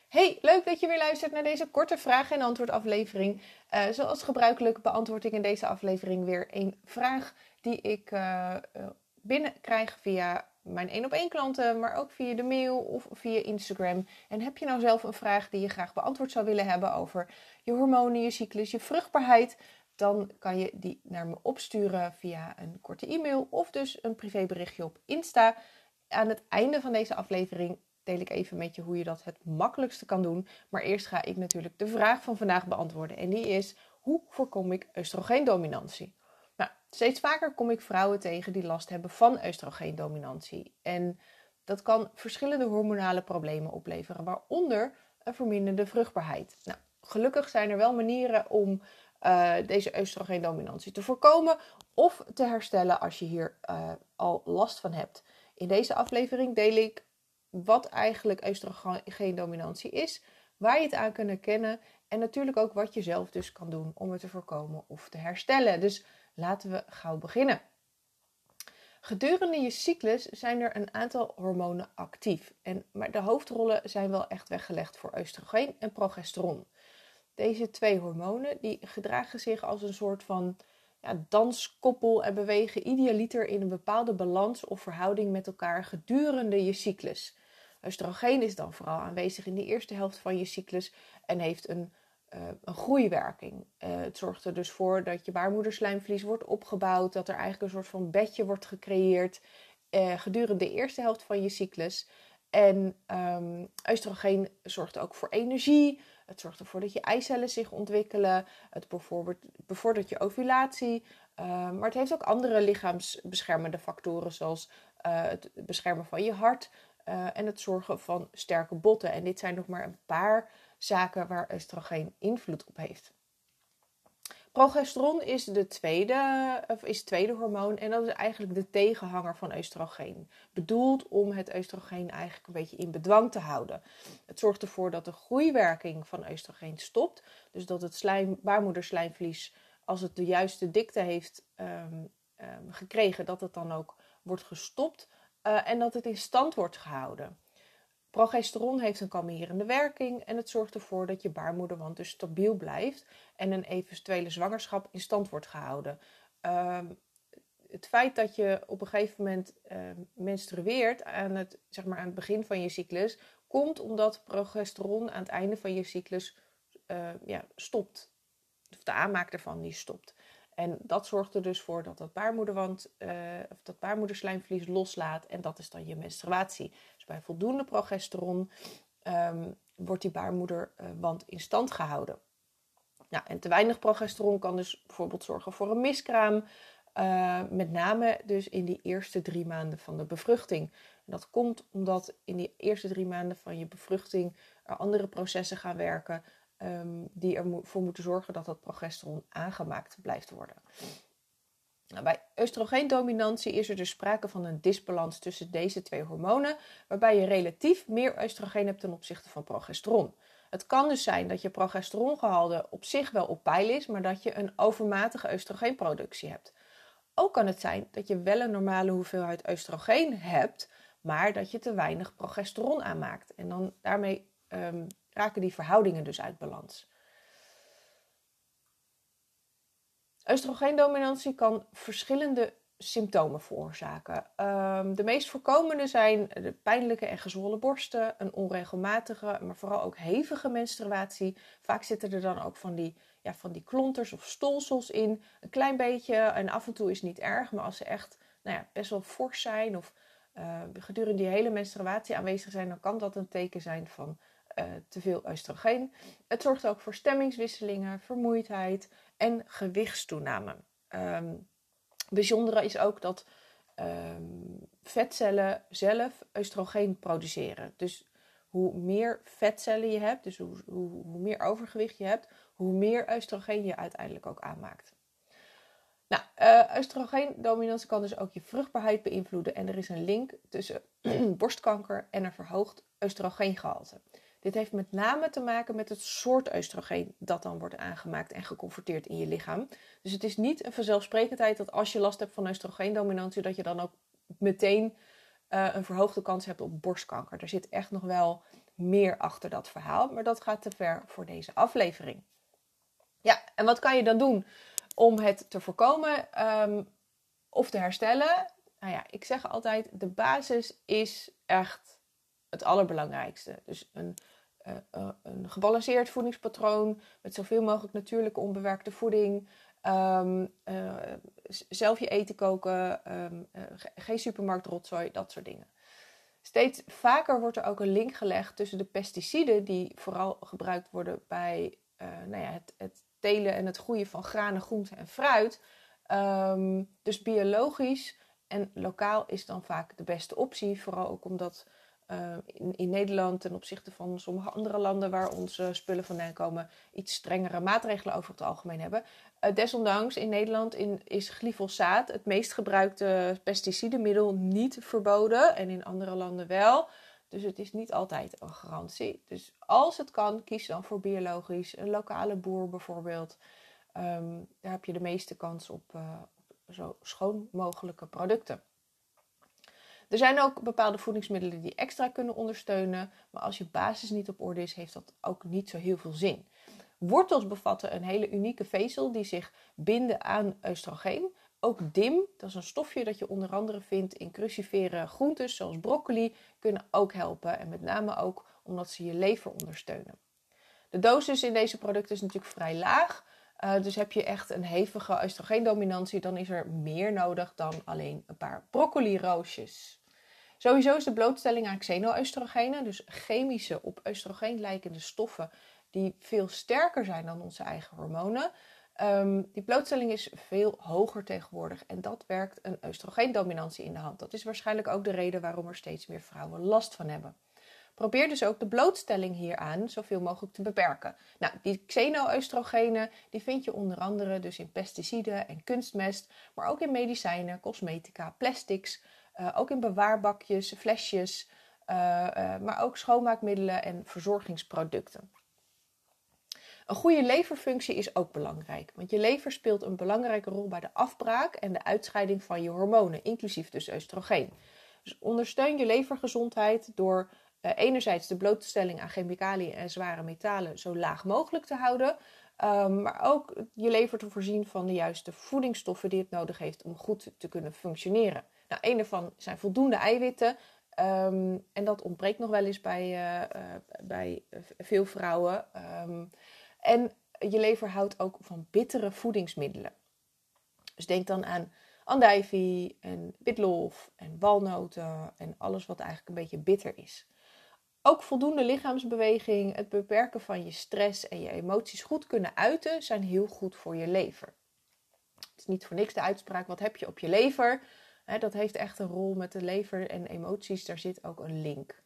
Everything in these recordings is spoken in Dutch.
Hey, leuk dat je weer luistert naar deze korte vraag- en antwoord aflevering. Zoals gebruikelijk beantwoord ik in deze aflevering weer een vraag die ik binnenkrijg via mijn 1-op-1 klanten, maar ook via de mail of via Instagram. En heb je nou zelf een vraag die je graag beantwoord zou willen hebben over je hormonen, je cyclus, je vruchtbaarheid, dan kan je die naar me opsturen via een korte e-mail of dus een privéberichtje op Insta. Aan het einde van deze aflevering deel ik even met je hoe je dat het makkelijkste kan doen. Maar eerst ga ik natuurlijk de vraag van vandaag beantwoorden. En die is, hoe voorkom ik oestrogeendominantie? Nou, steeds vaker kom ik vrouwen tegen die last hebben van oestrogeendominantie. En dat kan verschillende hormonale problemen opleveren, waaronder een verminderde vruchtbaarheid. Nou, gelukkig zijn er wel manieren om deze oestrogeendominantie te voorkomen of te herstellen als je hier al last van hebt. In deze aflevering deel ik wat eigenlijk oestrogeendominantie is, waar je het aan kunt herkennen en natuurlijk ook wat je zelf dus kan doen om het te voorkomen of te herstellen. Dus laten we gauw beginnen. Gedurende je cyclus zijn er een aantal hormonen actief, maar de hoofdrollen zijn wel echt weggelegd voor oestrogeen en progesteron. Deze twee hormonen die gedragen zich als een soort van danskoppel en bewegen idealiter in een bepaalde balans of verhouding met elkaar gedurende je cyclus. Oestrogeen is dan vooral aanwezig in de eerste helft van je cyclus en heeft een groeiwerking. Het zorgt er dus voor dat je baarmoederslijmvlies wordt opgebouwd, dat er eigenlijk een soort van bedje wordt gecreëerd gedurende de eerste helft van je cyclus. En oestrogeen zorgt ook voor energie. Het zorgt ervoor dat je eicellen zich ontwikkelen. Het bevordert je ovulatie. Maar het heeft ook andere lichaamsbeschermende factoren, zoals het beschermen van je hart en het zorgen van sterke botten. En dit zijn nog maar een paar zaken waar oestrogeen invloed op heeft. Progesteron is het tweede hormoon en dat is eigenlijk de tegenhanger van oestrogeen. Bedoeld om het oestrogeen eigenlijk een beetje in bedwang te houden. Het zorgt ervoor dat de groeiwerking van oestrogeen stopt. Dus dat het baarmoederslijmvlies, als het de juiste dikte heeft gekregen, dat het dan ook wordt gestopt en dat het in stand wordt gehouden. Progesteron heeft een kalmerende werking en het zorgt ervoor dat je baarmoederwand dus stabiel blijft en een eventuele zwangerschap in stand wordt gehouden. Het feit dat je op een gegeven moment menstrueert aan het begin van je cyclus, komt omdat progesteron aan het einde van je cyclus stopt. Of de aanmaak ervan die stopt. En dat zorgt er dus voor dat dat baarmoederslijmvlies loslaat en dat is dan je menstruatie. Dus bij voldoende progesteron wordt die baarmoederwand in stand gehouden. Nou, en te weinig progesteron kan dus bijvoorbeeld zorgen voor een miskraam. Met name dus in die eerste 3 maanden van de bevruchting. En dat komt omdat in die eerste 3 maanden van je bevruchting er andere processen gaan werken die ervoor moeten zorgen dat dat progesteron aangemaakt blijft worden. Nou, bij oestrogeendominantie is er dus sprake van een disbalans tussen deze twee hormonen, waarbij je relatief meer oestrogeen hebt ten opzichte van progesteron. Het kan dus zijn dat je progesterongehalte op zich wel op peil is, maar dat je een overmatige oestrogeenproductie hebt. Ook kan het zijn dat je wel een normale hoeveelheid oestrogeen hebt, maar dat je te weinig progesteron aanmaakt. En dan daarmee raken die verhoudingen dus uit balans. Oestrogeendominantie kan verschillende symptomen veroorzaken. De meest voorkomende zijn de pijnlijke en gezwollen borsten, een onregelmatige, maar vooral ook hevige menstruatie. Vaak zitten er dan ook van die klonters of stolsels in. Een klein beetje en af en toe is niet erg, maar als ze echt best wel fors zijn of gedurende die hele menstruatie aanwezig zijn, dan kan dat een teken zijn van te veel oestrogeen. Het zorgt ook voor stemmingswisselingen, vermoeidheid en gewichtstoename. Bijzondere is ook dat vetcellen zelf oestrogeen produceren. Dus hoe meer vetcellen je hebt, dus hoe meer overgewicht je hebt, hoe meer oestrogeen je uiteindelijk ook aanmaakt. Nou, oestrogeendominantie kan dus ook je vruchtbaarheid beïnvloeden en er is een link tussen borstkanker en een verhoogd oestrogeengehalte. Dit heeft met name te maken met het soort oestrogeen dat dan wordt aangemaakt en geconverteerd in je lichaam. Dus het is niet een vanzelfsprekendheid dat als je last hebt van oestrogeendominantie, dat je dan ook meteen een verhoogde kans hebt op borstkanker. Er zit echt nog wel meer achter dat verhaal. Maar dat gaat te ver voor deze aflevering. Ja, en wat kan je dan doen om het te voorkomen of te herstellen? Nou ja, ik zeg altijd, de basis is echt het allerbelangrijkste. Dus een gebalanceerd voedingspatroon met zoveel mogelijk natuurlijke onbewerkte voeding. Zelf je eten koken, geen supermarktrotzooi, dat soort dingen. Steeds vaker wordt er ook een link gelegd tussen de pesticiden die vooral gebruikt worden bij het telen en het groeien van granen, groenten en fruit. Dus biologisch en lokaal is dan vaak de beste optie. Vooral ook omdat in Nederland ten opzichte van sommige andere landen waar onze spullen vandaan komen iets strengere maatregelen over het algemeen hebben. Desondanks in Nederland is glyfosaat het meest gebruikte pesticidenmiddel niet verboden en in andere landen wel. Dus het is niet altijd een garantie. Dus als het kan, kies dan voor biologisch. Een lokale boer bijvoorbeeld. Daar heb je de meeste kans op zo schoon mogelijke producten. Er zijn ook bepaalde voedingsmiddelen die extra kunnen ondersteunen. Maar als je basis niet op orde is, heeft dat ook niet zo heel veel zin. Wortels bevatten een hele unieke vezel die zich binden aan oestrogeen. Ook DIM, dat is een stofje dat je onder andere vindt in crucifere groentes zoals broccoli, kunnen ook helpen. En met name ook omdat ze je lever ondersteunen. De dosis in deze producten is natuurlijk vrij laag. Dus heb je echt een hevige oestrogeendominantie, dan is er meer nodig dan alleen een paar broccoli-roosjes. Sowieso is de blootstelling aan xeno-oestrogenen, dus chemische op oestrogeen lijkende stoffen die veel sterker zijn dan onze eigen hormonen. Die blootstelling is veel hoger tegenwoordig en dat werkt een oestrogeendominantie in de hand. Dat is waarschijnlijk ook de reden waarom er steeds meer vrouwen last van hebben. Probeer dus ook de blootstelling hieraan zoveel mogelijk te beperken. Nou, die xeno-oestrogenen die vind je onder andere dus in pesticiden en kunstmest, maar ook in medicijnen, cosmetica, plastics, ook in bewaarbakjes, flesjes, maar ook schoonmaakmiddelen en verzorgingsproducten. Een goede leverfunctie is ook belangrijk, want je lever speelt een belangrijke rol bij de afbraak en de uitscheiding van je hormonen, inclusief dus oestrogeen. Dus ondersteun je levergezondheid door enerzijds de blootstelling aan chemicaliën en zware metalen zo laag mogelijk te houden, maar ook je lever te voorzien van de juiste voedingsstoffen die het nodig heeft om goed te kunnen functioneren. Nou, een daarvan zijn voldoende eiwitten. En dat ontbreekt nog wel eens bij veel vrouwen. En je lever houdt ook van bittere voedingsmiddelen. Dus denk dan aan andijvie en witlof en walnoten en alles wat eigenlijk een beetje bitter is. Ook voldoende lichaamsbeweging, het beperken van je stress en je emoties goed kunnen uiten zijn heel goed voor je lever. Het is niet voor niks de uitspraak, wat heb je op je lever? Dat heeft echt een rol met de lever en emoties, daar zit ook een link.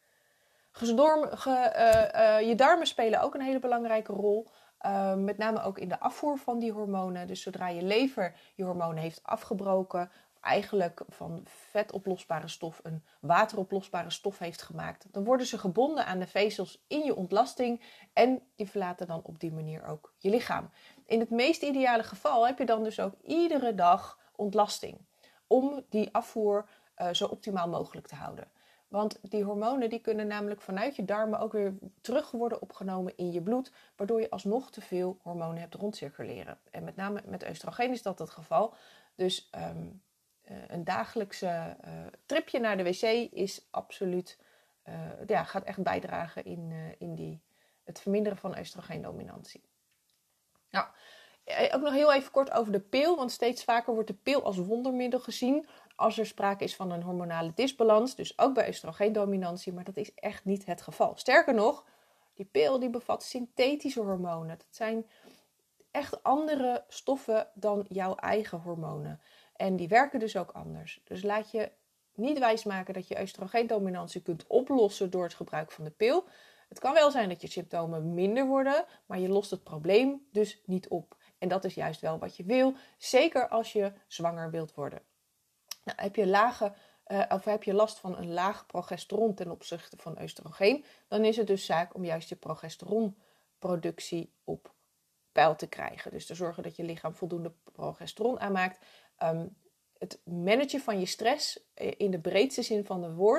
Je darmen spelen ook een hele belangrijke rol. Met name ook in de afvoer van die hormonen. Dus zodra je lever je hormonen heeft afgebroken, eigenlijk van vetoplosbare stof een wateroplosbare stof heeft gemaakt, dan worden ze gebonden aan de vezels in je ontlasting en die verlaten dan op die manier ook je lichaam. In het meest ideale geval heb je dan dus ook iedere dag ontlasting om die afvoer zo optimaal mogelijk te houden. Want die hormonen die kunnen namelijk vanuit je darmen ook weer terug worden opgenomen in je bloed, waardoor je alsnog te veel hormonen hebt rondcirculeren. En met name met oestrogeen is dat het geval. Dus een dagelijkse tripje naar de wc is absoluut, gaat echt bijdragen in het verminderen van oestrogeendominantie. Nou, ook nog heel even kort over de pil, want steeds vaker wordt de pil als wondermiddel gezien als er sprake is van een hormonale disbalans, dus ook bij oestrogeendominantie, maar dat is echt niet het geval. Sterker nog, die pil die bevat synthetische hormonen. Dat zijn echt andere stoffen dan jouw eigen hormonen. En die werken dus ook anders. Dus laat je niet wijsmaken dat je oestrogeendominantie kunt oplossen door het gebruik van de pil. Het kan wel zijn dat je symptomen minder worden, maar je lost het probleem dus niet op. En dat is juist wel wat je wil, zeker als je zwanger wilt worden. Nou, heb je last van een laag progesteron ten opzichte van oestrogeen, dan is het dus zaak om juist je progesteronproductie op peil te krijgen. Dus te zorgen dat je lichaam voldoende progesteron aanmaakt. Het managen van je stress in de breedste zin van het woord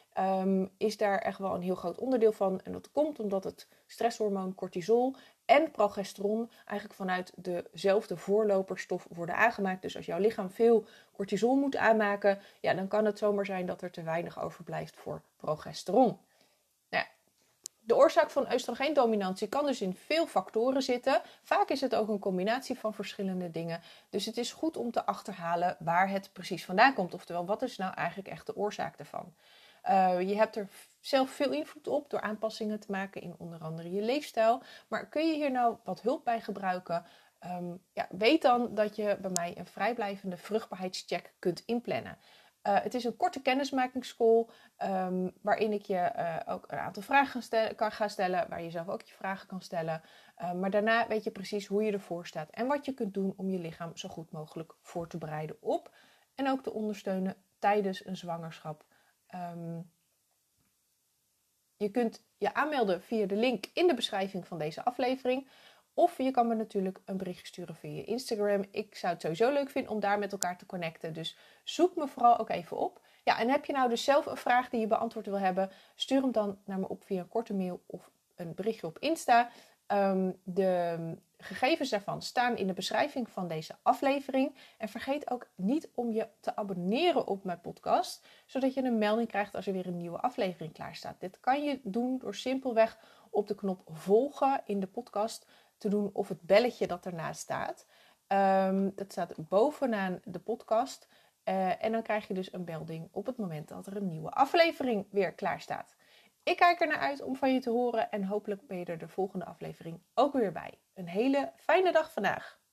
is daar echt wel een heel groot onderdeel van. En dat komt omdat het stresshormoon cortisol en progesteron eigenlijk vanuit dezelfde voorloperstof worden aangemaakt. Dus als jouw lichaam veel cortisol moet aanmaken, ja, dan kan het zomaar zijn dat er te weinig overblijft voor progesteron. Nou ja, de oorzaak van oestrogeendominantie kan dus in veel factoren zitten. Vaak is het ook een combinatie van verschillende dingen. Dus het is goed om te achterhalen waar het precies vandaan komt. Oftewel, wat is nou eigenlijk echt de oorzaak daarvan? Je hebt er zelf veel invloed op door aanpassingen te maken in onder andere je leefstijl. Maar kun je hier nou wat hulp bij gebruiken? Weet dan dat je bij mij een vrijblijvende vruchtbaarheidscheck kunt inplannen. Het is een korte kennismakingscall waarin ik je ook een aantal vragen kan gaan stellen, waar je zelf ook je vragen kan stellen. Maar daarna weet je precies hoe je ervoor staat en wat je kunt doen om je lichaam zo goed mogelijk voor te bereiden op en ook te ondersteunen tijdens een zwangerschap. Je kunt je aanmelden via de link in de beschrijving van deze aflevering. Of je kan me natuurlijk een bericht sturen via Instagram. Ik zou het sowieso leuk vinden om daar met elkaar te connecten. Dus zoek me vooral ook even op. Ja, en heb je nou dus zelf een vraag die je beantwoord wil hebben, stuur hem dan naar me op via een korte mail of een berichtje op Insta. De gegevens daarvan staan in de beschrijving van deze aflevering. En vergeet ook niet om je te abonneren op mijn podcast, zodat je een melding krijgt als er weer een nieuwe aflevering klaar staat. Dit kan je doen door simpelweg op de knop volgen in de podcast te doen of het belletje dat ernaast staat. Dat staat bovenaan de podcast. En dan krijg je dus een melding op het moment dat er een nieuwe aflevering weer klaar staat. Ik kijk er naar uit om van je te horen en hopelijk ben je er de volgende aflevering ook weer bij. Een hele fijne dag vandaag.